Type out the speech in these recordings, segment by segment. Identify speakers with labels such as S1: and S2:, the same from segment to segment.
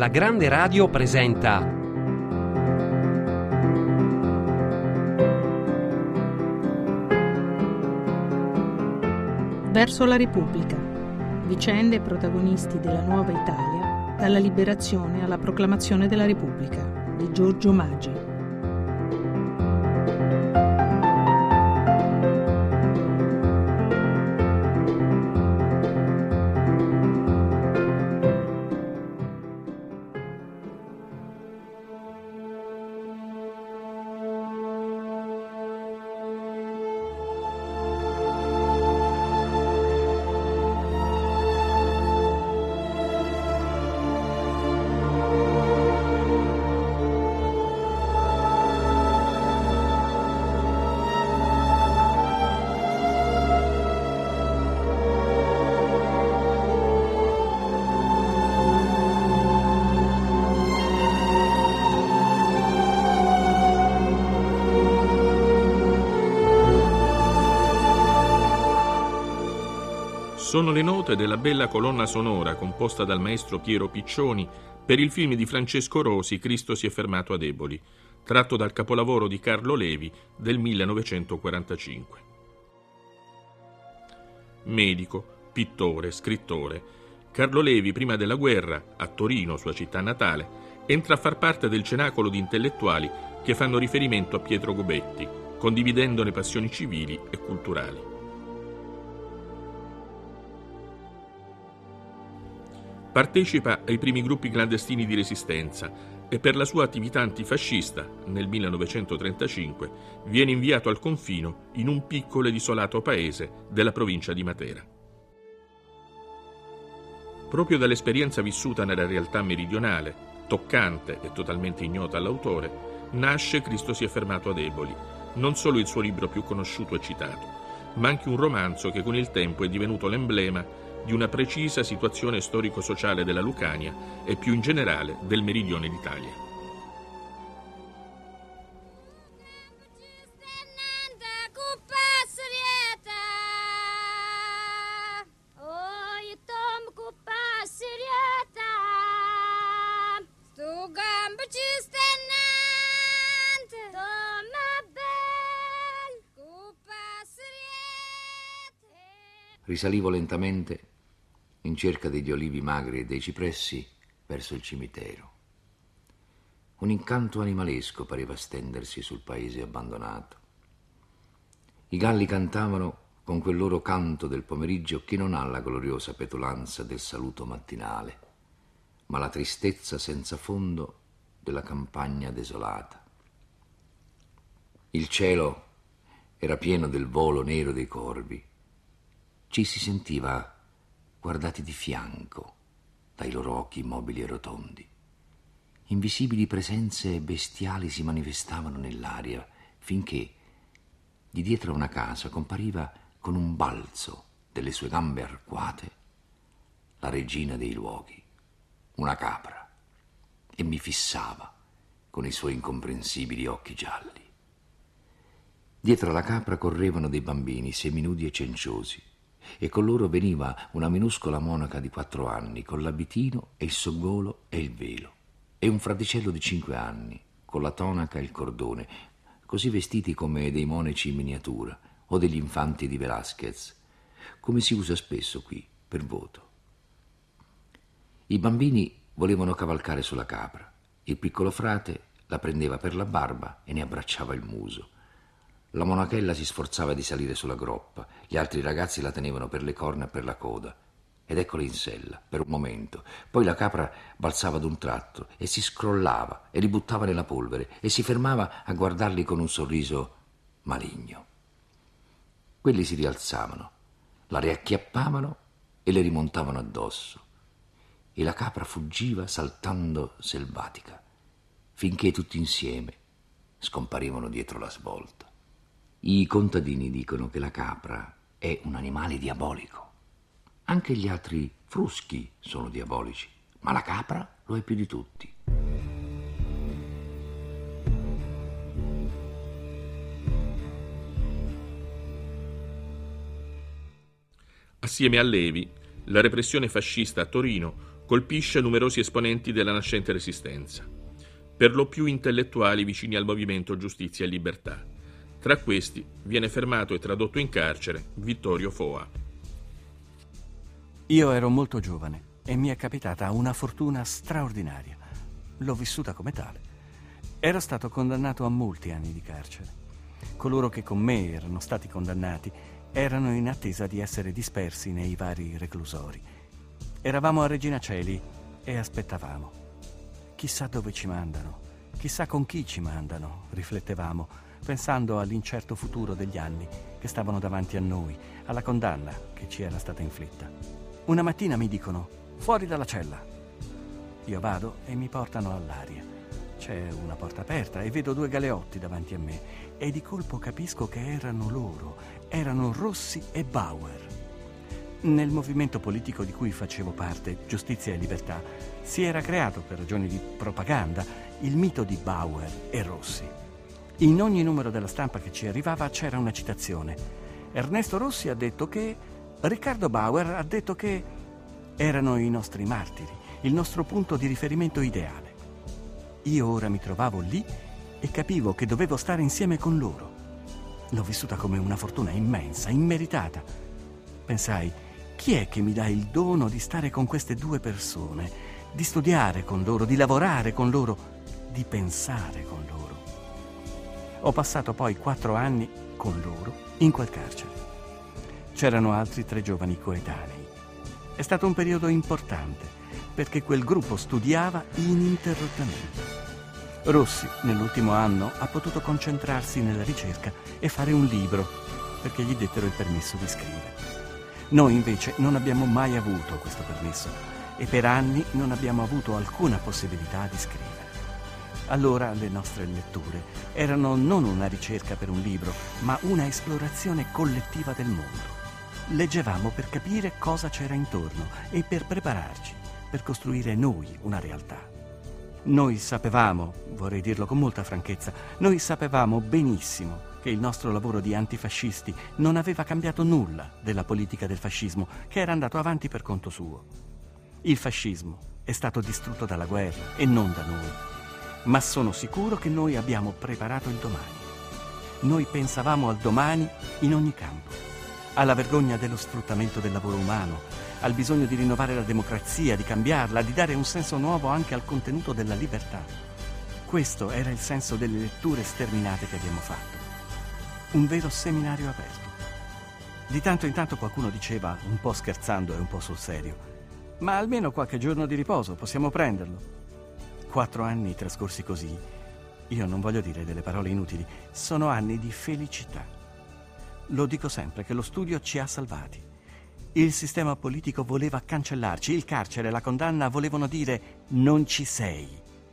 S1: La Grande Radio presenta
S2: Verso la Repubblica. Vicende e protagonisti della nuova Italia, dalla liberazione alla proclamazione della Repubblica, di Giorgio Maggi.
S3: Sono le note della bella colonna sonora composta dal maestro Piero Piccioni per il film di Francesco Rosi Cristo si è fermato ad Eboli, tratto dal capolavoro di Carlo Levi del 1945. Medico, pittore, scrittore, Carlo Levi prima della guerra, a Torino, sua città natale, entra a far parte del cenacolo di intellettuali che fanno riferimento a Pietro Gobetti, condividendone passioni civili e culturali. Partecipa ai primi gruppi clandestini di resistenza e per la sua attività antifascista, nel 1935, viene inviato al confino in un piccolo ed isolato paese della provincia di Matera. Proprio dall'esperienza vissuta nella realtà meridionale, toccante e totalmente ignota all'autore, nasce Cristo si è fermato ad Eboli, non solo il suo libro più conosciuto e citato, ma anche un romanzo che con il tempo è divenuto l'emblema di una precisa situazione storico-sociale della Lucania e più in generale del meridione d'Italia.
S4: Risalivo lentamente in cerca degli olivi magri e dei cipressi verso il cimitero. Un incanto animalesco pareva stendersi sul paese abbandonato. I galli cantavano con quel loro canto del pomeriggio che non ha la gloriosa petulanza del saluto mattinale, ma la tristezza senza fondo della campagna desolata. Il cielo era pieno del volo nero dei corvi. Ci si sentiva guardati di fianco dai loro occhi immobili e rotondi. Invisibili presenze bestiali si manifestavano nell'aria, finché di dietro a una casa compariva con un balzo delle sue gambe arcuate la regina dei luoghi, una capra, e mi fissava con i suoi incomprensibili occhi gialli. Dietro alla capra correvano dei bambini seminudi e cenciosi, e con loro veniva una minuscola monaca di 4 anni, con l'abitino e il soggolo e il velo, e un fraticello di 5 anni, con la tonaca e il cordone, così vestiti come dei monaci in miniatura o degli infanti di Velázquez, come si usa spesso qui, per voto. I bambini volevano cavalcare sulla capra. Il piccolo frate la prendeva per la barba e ne abbracciava il muso. La monachella si sforzava di salire sulla groppa, gli altri ragazzi la tenevano per le corna e per la coda. Ed eccola in sella, per un momento. Poi la capra balzava d'un tratto e si scrollava e li buttava nella polvere e si fermava a guardarli con un sorriso maligno. Quelli si rialzavano, la riacchiappavano e le rimontavano addosso. E la capra fuggiva saltando selvatica, finché tutti insieme scomparivano dietro la svolta. I contadini dicono che la capra è un animale diabolico. Anche gli altri fruschi sono diabolici, ma la capra lo è più di tutti.
S3: Assieme a Levi, la repressione fascista a Torino colpisce numerosi esponenti della nascente resistenza, per lo più intellettuali vicini al movimento Giustizia e Libertà. Tra questi viene fermato e tradotto in carcere Vittorio Foa.
S5: Io ero molto giovane e mi è capitata una fortuna straordinaria. L'ho vissuta come tale. Ero stato condannato a molti anni di carcere. Coloro che con me erano stati condannati erano in attesa di essere dispersi nei vari reclusori. Eravamo a Regina Coeli e aspettavamo. Chissà dove ci mandano, chissà con chi ci mandano, riflettevamo, pensando all'incerto futuro degli anni che stavano davanti a noi, alla condanna che ci era stata inflitta. Una mattina mi dicono: fuori dalla cella. Io vado e mi portano all'aria. C'è una porta aperta e vedo 2 galeotti davanti a me e di colpo capisco che erano loro, erano Rossi e Bauer. Nel movimento politico di cui facevo parte, Giustizia e Libertà, si era creato per ragioni di propaganda il mito di Bauer e Rossi. In ogni numero della stampa che ci arrivava c'era una citazione. Ernesto Rossi ha detto che, Riccardo Bauer ha detto che erano i nostri martiri, il nostro punto di riferimento ideale. Io ora mi trovavo lì e capivo che dovevo stare insieme con loro. L'ho vissuta come una fortuna immensa, immeritata. Pensai: chi è che mi dà il dono di stare con queste 2 persone, di studiare con loro, di lavorare con loro, di pensare con loro? Ho passato poi 4 anni con loro in quel carcere. C'erano altri 3 giovani coetanei. È stato un periodo importante perché quel gruppo studiava ininterrottamente. Rossi, nell'ultimo anno, ha potuto concentrarsi nella ricerca e fare un libro perché gli dettero il permesso di scrivere. Noi invece non abbiamo mai avuto questo permesso e per anni non abbiamo avuto alcuna possibilità di scrivere. Allora le nostre letture erano non una ricerca per un libro, ma una esplorazione collettiva del mondo. Leggevamo per capire cosa c'era intorno e per prepararci, per costruire noi una realtà. Noi sapevamo, vorrei dirlo con molta franchezza, noi sapevamo benissimo che il nostro lavoro di antifascisti non aveva cambiato nulla della politica del fascismo, che era andato avanti per conto suo. Il fascismo è stato distrutto dalla guerra e non da noi, ma sono sicuro che noi abbiamo preparato il domani. Noi pensavamo al domani in ogni campo, alla vergogna dello sfruttamento del lavoro umano, al bisogno di rinnovare la democrazia, di cambiarla, di dare un senso nuovo anche al contenuto della libertà. Questo era il senso delle letture sterminate che abbiamo fatto. Un vero seminario aperto. Di tanto in tanto qualcuno diceva, un po' scherzando e un po' sul serio: ma almeno qualche giorno di riposo possiamo prenderlo. 4 anni trascorsi così, io non voglio dire delle parole inutili, sono anni di felicità. Lo dico sempre che lo studio ci ha salvati. Il sistema politico voleva cancellarci, il carcere e la condanna volevano dire non ci sei.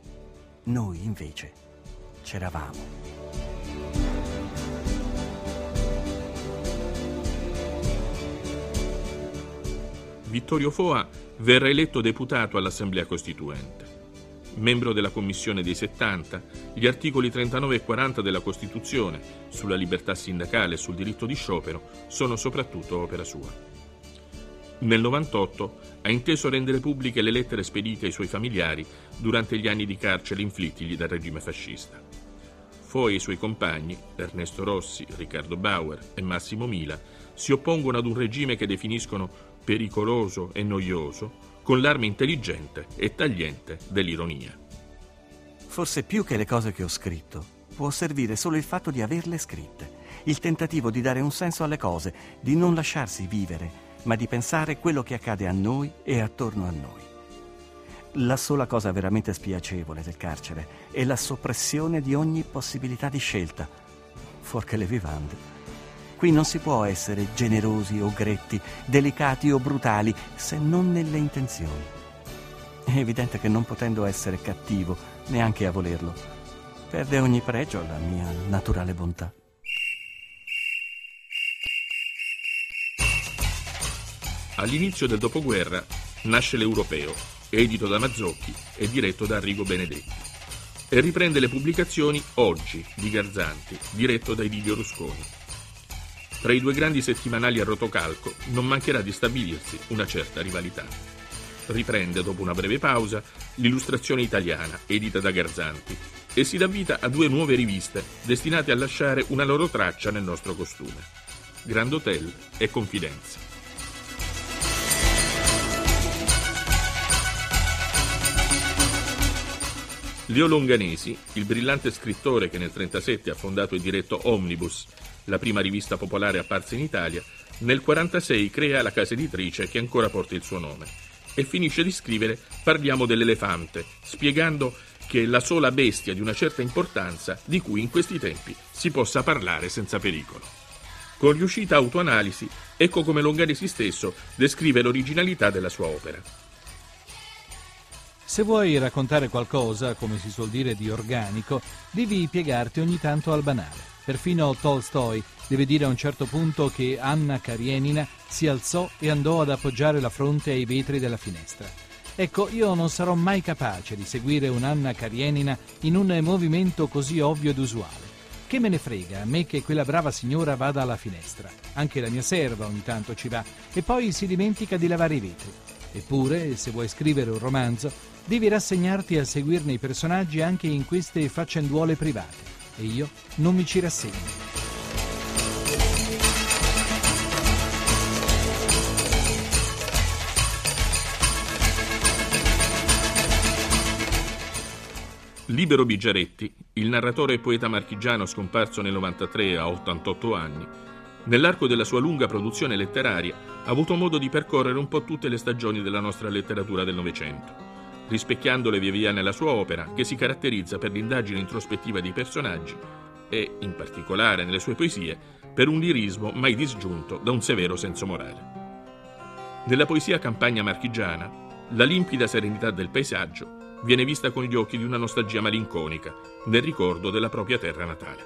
S5: Noi invece c'eravamo.
S3: Vittorio Foa verrà eletto deputato all'Assemblea Costituente. Membro della Commissione dei 70, gli articoli 39 e 40 della Costituzione sulla libertà sindacale e sul diritto di sciopero sono soprattutto opera sua. Nel 98 ha inteso rendere pubbliche le lettere spedite ai suoi familiari durante gli anni di carcere inflittigli dal regime fascista. Foa e i suoi compagni, Ernesto Rossi, Riccardo Bauer e Massimo Mila, si oppongono ad un regime che definiscono pericoloso e noioso, con l'arma intelligente e tagliente dell'ironia.
S5: Forse più che le cose che ho scritto, può servire solo il fatto di averle scritte, il tentativo di dare un senso alle cose, di non lasciarsi vivere, ma di pensare quello che accade a noi e attorno a noi. La sola cosa veramente spiacevole del carcere è la soppressione di ogni possibilità di scelta, fuorché le vivande. Qui non si può essere generosi o gretti, delicati o brutali, se non nelle intenzioni. È evidente che non potendo essere cattivo, neanche a volerlo, perde ogni pregio la mia naturale bontà.
S3: All'inizio del dopoguerra nasce l'Europeo, edito da Mazzocchi e diretto da Arrigo Benedetti, e riprende le pubblicazioni Oggi di Garzanti, diretto da Livio Rusconi. Tra i 2 grandi settimanali a rotocalco non mancherà di stabilirsi una certa rivalità. riprende, dopo una breve pausa, l'illustrazione italiana, edita da Garzanti, e si dà vita a 2 nuove riviste destinate a lasciare una loro traccia nel nostro costume: Grand Hotel e Confidenza. Leo Longanesi, il brillante scrittore che nel 1937 ha fondato e diretto Omnibus, la prima rivista popolare apparsa in Italia, nel 1946 crea la casa editrice che ancora porta il suo nome e finisce di scrivere Parliamo dell'elefante, spiegando che è la sola bestia di una certa importanza di cui in questi tempi si possa parlare senza pericolo. Con riuscita autoanalisi, ecco come Longanesi stesso descrive l'originalità della sua opera.
S6: Se vuoi raccontare qualcosa, come si suol dire, di organico, devi piegarti ogni tanto al banale. Perfino Tolstoi deve dire a un certo punto che Anna Karenina si alzò e andò ad appoggiare la fronte ai vetri della finestra. Ecco, io non sarò mai capace di seguire un'Anna Karenina in un movimento così ovvio ed usuale. Che me ne frega a me che quella brava signora vada alla finestra. Anche la mia serva ogni tanto ci va e poi si dimentica di lavare i vetri. Eppure, se vuoi scrivere un romanzo, devi rassegnarti a seguirne i personaggi anche in queste faccenduole private. E io non mi ci rassegno.
S3: Libero Bigiaretti, il narratore e poeta marchigiano scomparso nel 93 a 88 anni, nell'arco della sua lunga produzione letteraria ha avuto modo di percorrere un po' tutte le stagioni della nostra letteratura del Novecento, rispecchiandole via via nella sua opera, che si caratterizza per l'indagine introspettiva dei personaggi e, in particolare nelle sue poesie, per un lirismo mai disgiunto da un severo senso morale. Nella poesia campagna marchigiana, la limpida serenità del paesaggio viene vista con gli occhi di una nostalgia malinconica nel ricordo della propria terra natale.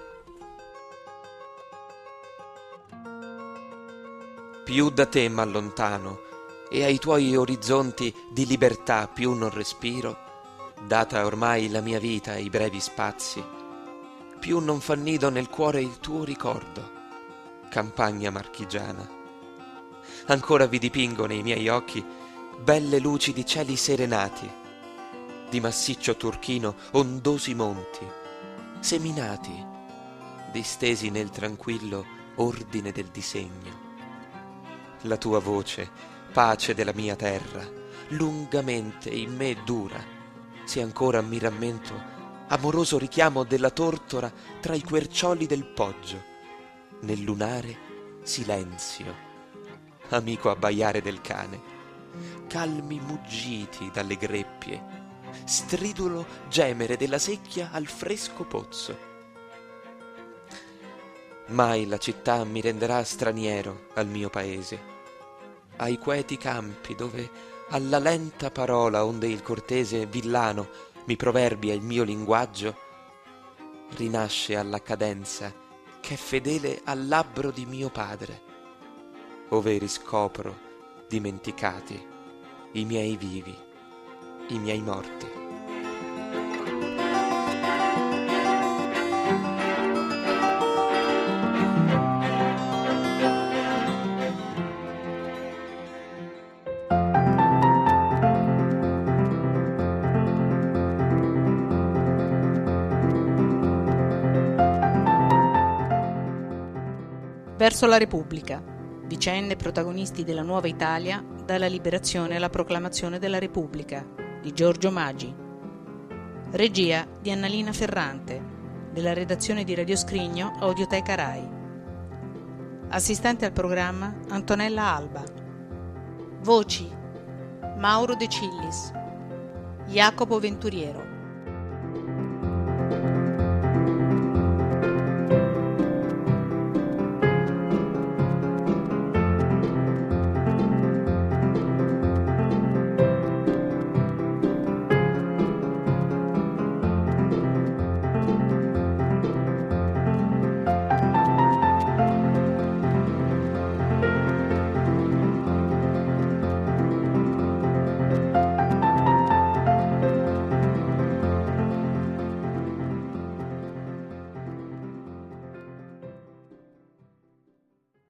S7: Più da te m'allontano e ai tuoi orizzonti di libertà più non respiro, data ormai la mia vita e i brevi spazi, più non fa nido nel cuore il tuo ricordo, campagna marchigiana. Ancora vi dipingo nei miei occhi belle luci di cieli serenati, di massiccio turchino ondosi monti, seminati, distesi nel tranquillo ordine del disegno. La tua voce, pace della mia terra, lungamente in me dura, se ancora mi rammento, amoroso richiamo della tortora tra i quercioli del poggio, nel lunare silenzio, amico abbaiare del cane, calmi muggiti dalle greppie, stridulo gemere della secchia al fresco pozzo. Mai la città mi renderà straniero al mio paese, ai queti campi dove alla lenta parola onde il cortese villano mi proverbia il mio linguaggio, rinasce alla cadenza che è fedele al labbro di mio padre, ove riscopro dimenticati i miei vivi, i miei morti.
S2: Verso la Repubblica. Vicende e protagonisti della nuova Italia, dalla liberazione alla proclamazione della Repubblica, di Giorgio Maggi. Regia di Annalina Ferrante, della redazione di Radio Scrigno, Audioteca Rai. Assistente al programma Antonella Alba. Voci: Mauro De Cillis, Jacopo Venturiero,